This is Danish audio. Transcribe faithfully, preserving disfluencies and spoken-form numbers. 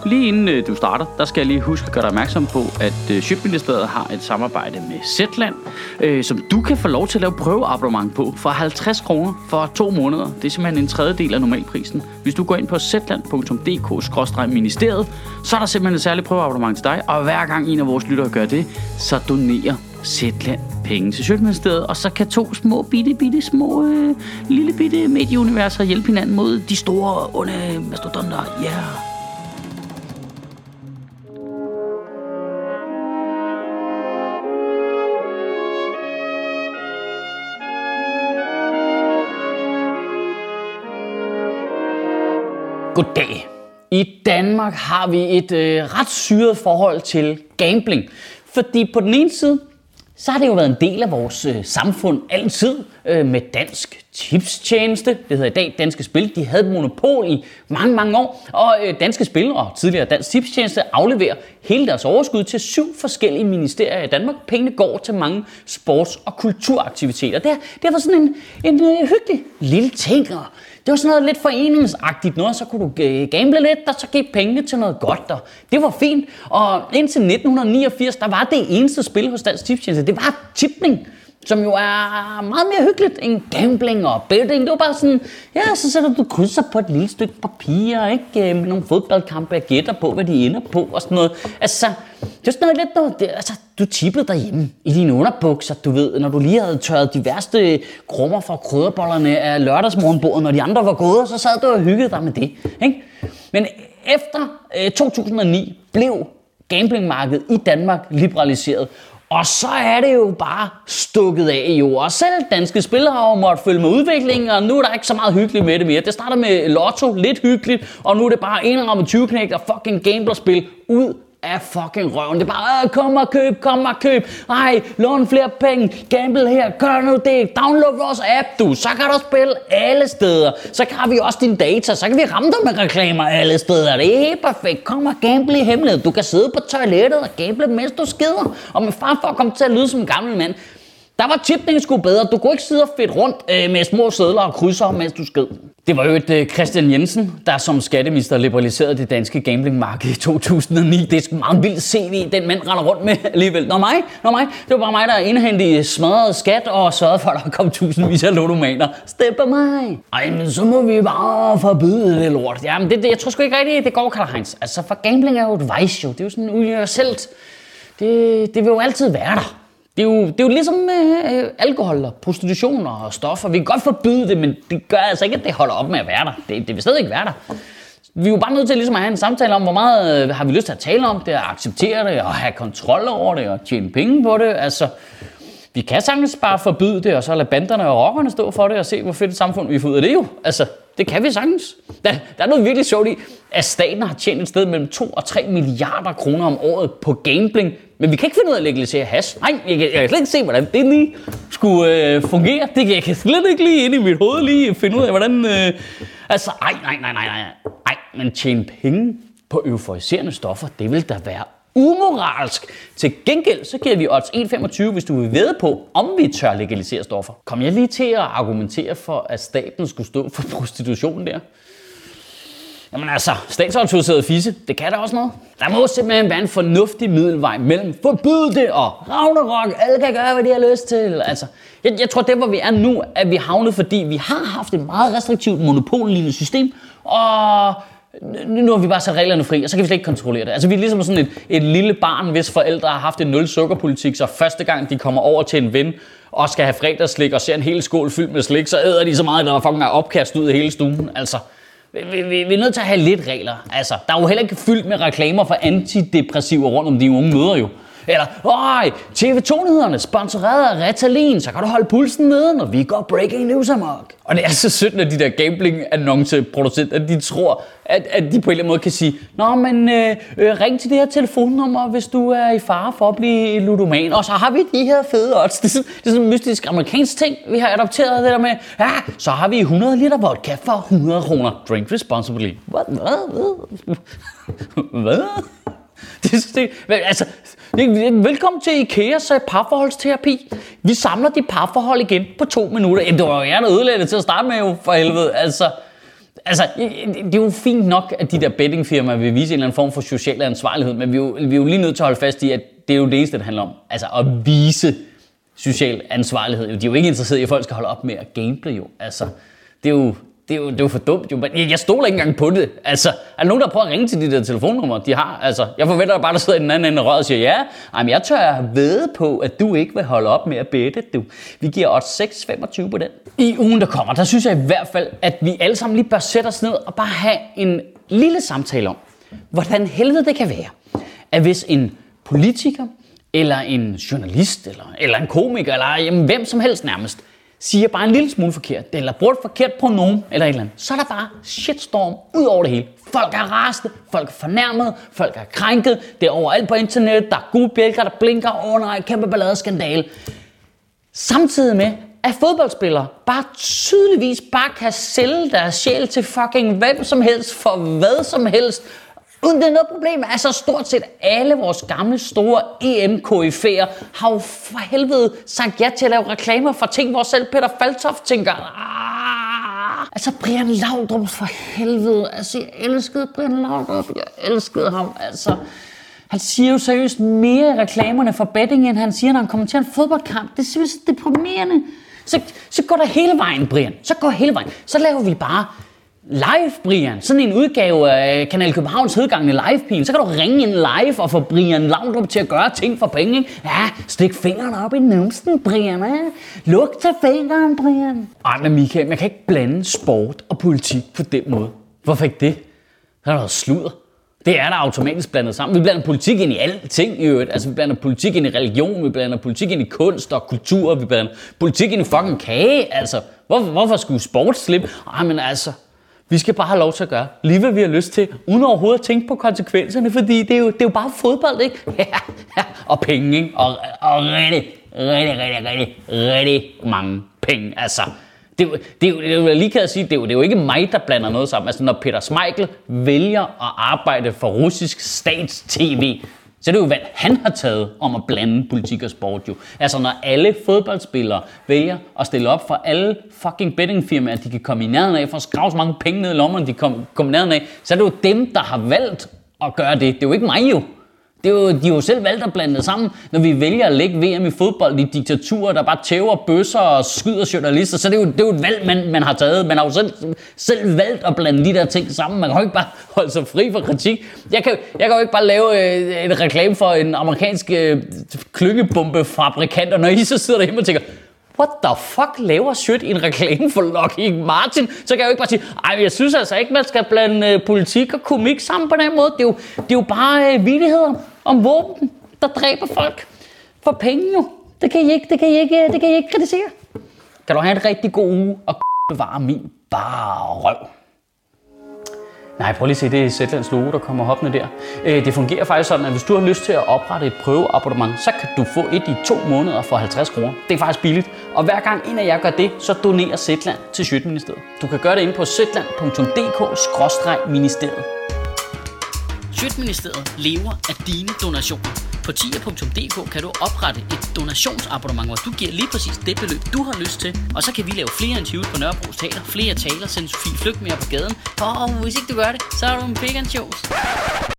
lige inden øh, du starter, der skal jeg lige huske at gøre dig opmærksom på, at øh, Sjøtministeriet har et samarbejde med Zetland, øh, som du kan få lov til at lave prøveabonnement på for halvtreds kroner for to måneder. Det er simpelthen en tredjedel af normalprisen. Hvis du går ind på zetland punktum d k skråstreg ministeriet, så er der simpelthen et særligt prøveabonnement til dig, og hver gang en af vores lyttere gør det, så donerer Zetland penge til Sjøtministeriet, og så kan to små, bitte, bitte, små, øh, lille bitte medieuniverser hjælpe hinanden mod de store, onde mastodonter. Ja. Yeah. Goddag. I Danmark har vi et øh, ret syret forhold til gambling, fordi på den ene side, så har det jo været en del af vores øh, samfund altid øh, med Dansk Tipstjeneste. Det hedder i dag Danske Spil. De havde et monopol i mange, mange år. Og øh, Danske Spil og tidligere Dansk Tipstjeneste afleverer hele deres overskud til syv forskellige ministerier i Danmark. Pengene går til mange sports- og kulturaktiviteter. Det har, det har været sådan en, en øh, hyggelig lille ting. Og det var sådan noget lidt foreningsagtigt noget, så kunne du gamble lidt, og så give pengene til noget godt, og det var fint. Og indtil nitten niogfirs, der var det eneste spil hos Dansk Tipstjeneste, det var tipning, som jo er meget mere hyggeligt end gambling og betting. Det var bare sådan, ja, så sætter du krydser på et lille stykke papir, ikke? Med nogle fodboldkampe, jeg gætter på, hvad de ender på og sådan noget. Altså, det er sådan noget lidt noget, det, altså, du tippede derhjemme i dine underbukser, du ved, når du lige havde tørret de værste krummer fra krydderbollerne af lørdagsmorgenbordet, når de andre var gået, så sad du og hyggede dig med det, ikke? Men efter øh, to tusind og ni blev gamblingmarkedet i Danmark liberaliseret, og så er det jo bare stukket af jo. Og selv Danske Spil har jo måttet følge med udviklingen, og nu er der ikke så meget hyggeligt med det mere. Det starter med lotto, lidt hyggeligt, og nu er det bare enramme tyve-knægt og fucking gamblerspil ud af fucking røven. Det er bare, kom og køb, kom og køb. Ej, lån flere penge, gamble her, gør nu det. Download vores app, du. Så kan du spille alle steder. Så har vi også din data, så kan vi ramme dig med reklamer alle steder. Det er helt perfekt. Kom og gamble i hemmelighed. Du kan sidde på toilettet og gamble, mens du skider. Og med far for at komme til at lyde som en gammel mand. Der var tipningen sgu bedre. Du kunne ikke sidde og fedt rundt øh, med små sedler og krydser, mens du sked. Det var jo et øh, Christian Jensen, der som skatteminister liberaliserede det danske gamblingmarked i to tusind og ni. Det er sgu meget vildt C V, den mand render rundt med alligevel. Nå mig, nå mig. Det var bare mig, der indhentede smadret skat og sørgede for, at der kom tusindvis af ludomaner. Stem på mig. Ej, men så må vi bare forbyde det lort. Jamen, det, det, jeg tror sgu ikke rigtigt, det går, Karl Heinz. Altså, for gambling er jo et vice jo. Det er jo sådan universelt. Det, det vil jo altid være der. Det er, jo, det er jo ligesom øh, alkohol og prostitution og stoffer. Vi kan godt forbyde det, men det gør altså ikke, at det holder op med at være der. Det, det vil stadig ikke være der. Vi er jo bare nødt til ligesom at have en samtale om, hvor meget øh, har vi lyst til at tale om det, og acceptere det, og have kontrol over det, og tjene penge på det. Altså, vi kan sagtens bare forbyde det, og så lade banderne og rockerne stå for det, og se, hvor fedt et samfund vi får ud af det jo. Altså, det kan vi sagtens. Der, der er noget virkelig sjovt i, at staten har tjent et sted mellem to og tre milliarder kroner om året på gambling, men vi kan ikke finde ud af at legalisere hash. Nej, jeg, jeg kan slet ikke se, hvordan det lige skulle øh, fungere. Det, jeg kan slet ikke lige ind i mit hoved lige finde ud af, hvordan... Øh, altså, ej, nej, nej, nej, nej. Ej, men tjene penge på euforiserende stoffer, det vil da være umoralsk. Til gengæld, så giver vi odds en komma femogtyve, hvis du vil vædde på, om vi tør legalisere stoffer. Kom jeg lige til at argumentere for, at staten skulle stå for prostitution der? Jamen altså, statsautoriseret fisse, det kan da også noget. Der må simpelthen være en fornuftig middelvej mellem forbyde det og ragnarok. Alle kan gøre, hvad de har lyst til. Altså, jeg, jeg tror, det hvor vi er nu, at vi havnet, fordi vi har haft et meget restriktivt monopollignende system, og nu har vi bare sat reglerne fri, og så kan vi slet ikke kontrollere det. Altså, vi er ligesom sådan et, et lille barn, hvis forældre har haft en nul sukkerpolitik, så første gang de kommer over til en ven og skal have fredagsslik og ser en hel skål fyldt med slik, så æder de så meget, at der fucking er opkast ud af hele stuen. Altså, vi, vi, vi er nødt til at have lidt regler. Altså, der er jo heller ikke fyldt med reklamer for antidepressiver rundt om de unge møder jo. Eller, øj, T V to-nyhederne sponsoreret af Ritalin, så kan du holde pulsen nede, når vi går breaking news amok. Og det er så sødt, når de der gambling-annonceproducenter, de tror, at, at de på en eller anden måde kan sige, nå, men øh, øh, ring til det her telefonnummer, hvis du er i fare for at blive ludoman. Og så har vi de her fede odds. Det er sådan, det er sådan en mystisk amerikansk ting, vi har adopteret det der med, ja, så har vi hundrede liter vodka for hundrede kroner. Drink responsibly. Hvad? Hvad? Hvad? Det, det, altså, velkommen til IKEAs parforholdsterapi. Vi samler de parforhold igen på to minutter. Jamen, det var jo jer, der ødelagde det til at starte med, jo, for helvede. Altså, Altså, det er jo fint nok, at de der bettingfirmaer vil vise en eller anden form for social ansvarlighed, men vi er, jo, vi er jo lige nødt til at holde fast i, at det er jo det eneste, det handler om. Altså at vise social ansvarlighed. De er jo ikke interesserede i, at folk skal holde op med at gamble jo. Altså, det er jo, det er jo, det er jo for dumt jo. Men jeg stoler ikke engang på det. Altså, er der nogen, der prøver at ringe til de der telefonnumre, de har? Altså, jeg forventer bare, der sidder i den anden ende af røret og siger, ja, jamen, jeg tør vædde på, at du ikke vil holde op med at bette, du. Vi giver odds seks komma femogtyve på den. I ugen, der kommer, der synes jeg i hvert fald, at vi alle sammen lige bør sætte os ned og bare have en lille samtale om, hvordan helvede det kan være, at hvis en politiker, eller en journalist, eller, eller en komiker, eller jamen, hvem som helst nærmest, siger bare en lille smule forkert, eller bruger et forkert pronomen, eller et eller andet, så er der bare shitstorm ud over det hele. Folk er rasende, folk er fornærmet, folk er krænket, det er overalt på internettet, der er gule bjælker, der blinker, åh oh, nej, kæmpe ballade, skandale. Samtidig med, at fodboldspillere bare tydeligvis bare kan sælge deres sjæl til fucking hvem som helst, for hvad som helst, uden det er noget problem. Altså stort set alle vores gamle store E M-koryfæer har jo for helvede sagt ja til at lave reklamer for ting, hvor selv Peter Faltoft tænker, ah, altså Brian Laudrup for helvede, altså jeg elskede Brian Laudrup, jeg elskede ham, altså han siger jo seriøst mere i reklamerne for betting, end han siger, når han kommenterer en fodboldkamp. Det er simpelthen så deprimerende. Så, så går der hele vejen, Brian. Så går hele vejen. Så laver vi bare live, Brian. Sådan en udgave af Kanal Københavns hedgangende live-pil. Så kan du ringe ind live og få Brian Laudrup til at gøre ting for penge. Ikke? Ja, stik fingrene op i numsen, Brian. Ja. Luk til fingeren, Brian. Ej, men Michael, man kan ikke blande sport og politik på den måde. Hvorfor ikke det? Så er der noget sludder. Det er der automatisk blandet sammen. Vi blander politik ind i alting i øvrigt. Altså, vi blander politik ind i religion, vi blander politik ind i kunst og kultur, vi blander politik ind i fucking kage. Altså, hvor, hvorfor skulle sport slippe? Ej, men altså, vi skal bare have lov til at gøre lige hvad vi har lyst til, uden overhovedet at tænke på konsekvenserne, fordi det er jo, det er jo bare fodbold, ikke? Ja, ja, og penge, ikke? Og, og rigtig, rigtig, rigtig, rigtig, rigtig mange penge, altså. Det, det, det, det, det, lige kan jeg sige, det, er jo, det er jo ikke mig, der blander noget sammen. Altså, når Peter Schmeichel vælger at arbejde for russisk stats-tv, så er det jo, hvad han har taget om at blande politik og sport jo. Altså, når alle fodboldspillere vælger at stille op for alle fucking bettingfirmaer, de kan komme i nærheden af, for at skrave så mange penge ned i lommerne, de kommer kom i nærheden af, så er det jo dem, der har valgt at gøre det. Det er jo ikke mig jo. Det er jo, de har jo selv valgt at blande det sammen. Når vi vælger at lægge V M i fodbold i diktaturer, der bare tæver bøsser og skyder journalister, så det er jo, det er jo et valg, man, man har taget. Man har jo selv, selv valgt at blande de der ting sammen. Man kan jo ikke bare holde sig fri for kritik. Jeg kan, jeg kan jo ikke bare lave øh, en reklame for en amerikansk øh, klyngebombefabrikant, og når I så sidder derhjemme og tænker, what the fuck laver Sjøt i en reklame for Lockheed Martin? Så kan jeg jo ikke bare sige, ej, jeg synes altså ikke, man skal blande øh, politik og komik sammen på den måde. Det er jo, det er jo bare øh, vittigheder om våben, der dræber folk for penge jo. Det kan I ikke, det kan I ikke, det kan I ikke kritisere. Kan du have en rigtig god uge og bevare min bare røv. Nej, prøv lige at se, det er Zetlands logo, der kommer hoppende der. Det fungerer faktisk sådan, at hvis du har lyst til at oprette et prøveabonnement, så kan du få et i to måneder for halvtreds kroner. Det er faktisk billigt. Og hver gang en af jer gør det, så donerer Zetland til Sjøtministeriet. Du kan gøre det inde på zetland punktum d k skråstreg ministeriet. Sjøtministeriet lever af dine donationer. På tier punktum d k kan du oprette et donationsabonnement, hvor du giver lige præcis det beløb, du har lyst til. Og så kan vi lave flere interviews på Nørrebros Teater, flere taler, sende Sofie Flygt mere på gaden. Og hvis ikke du gør det, så er du en big and shows.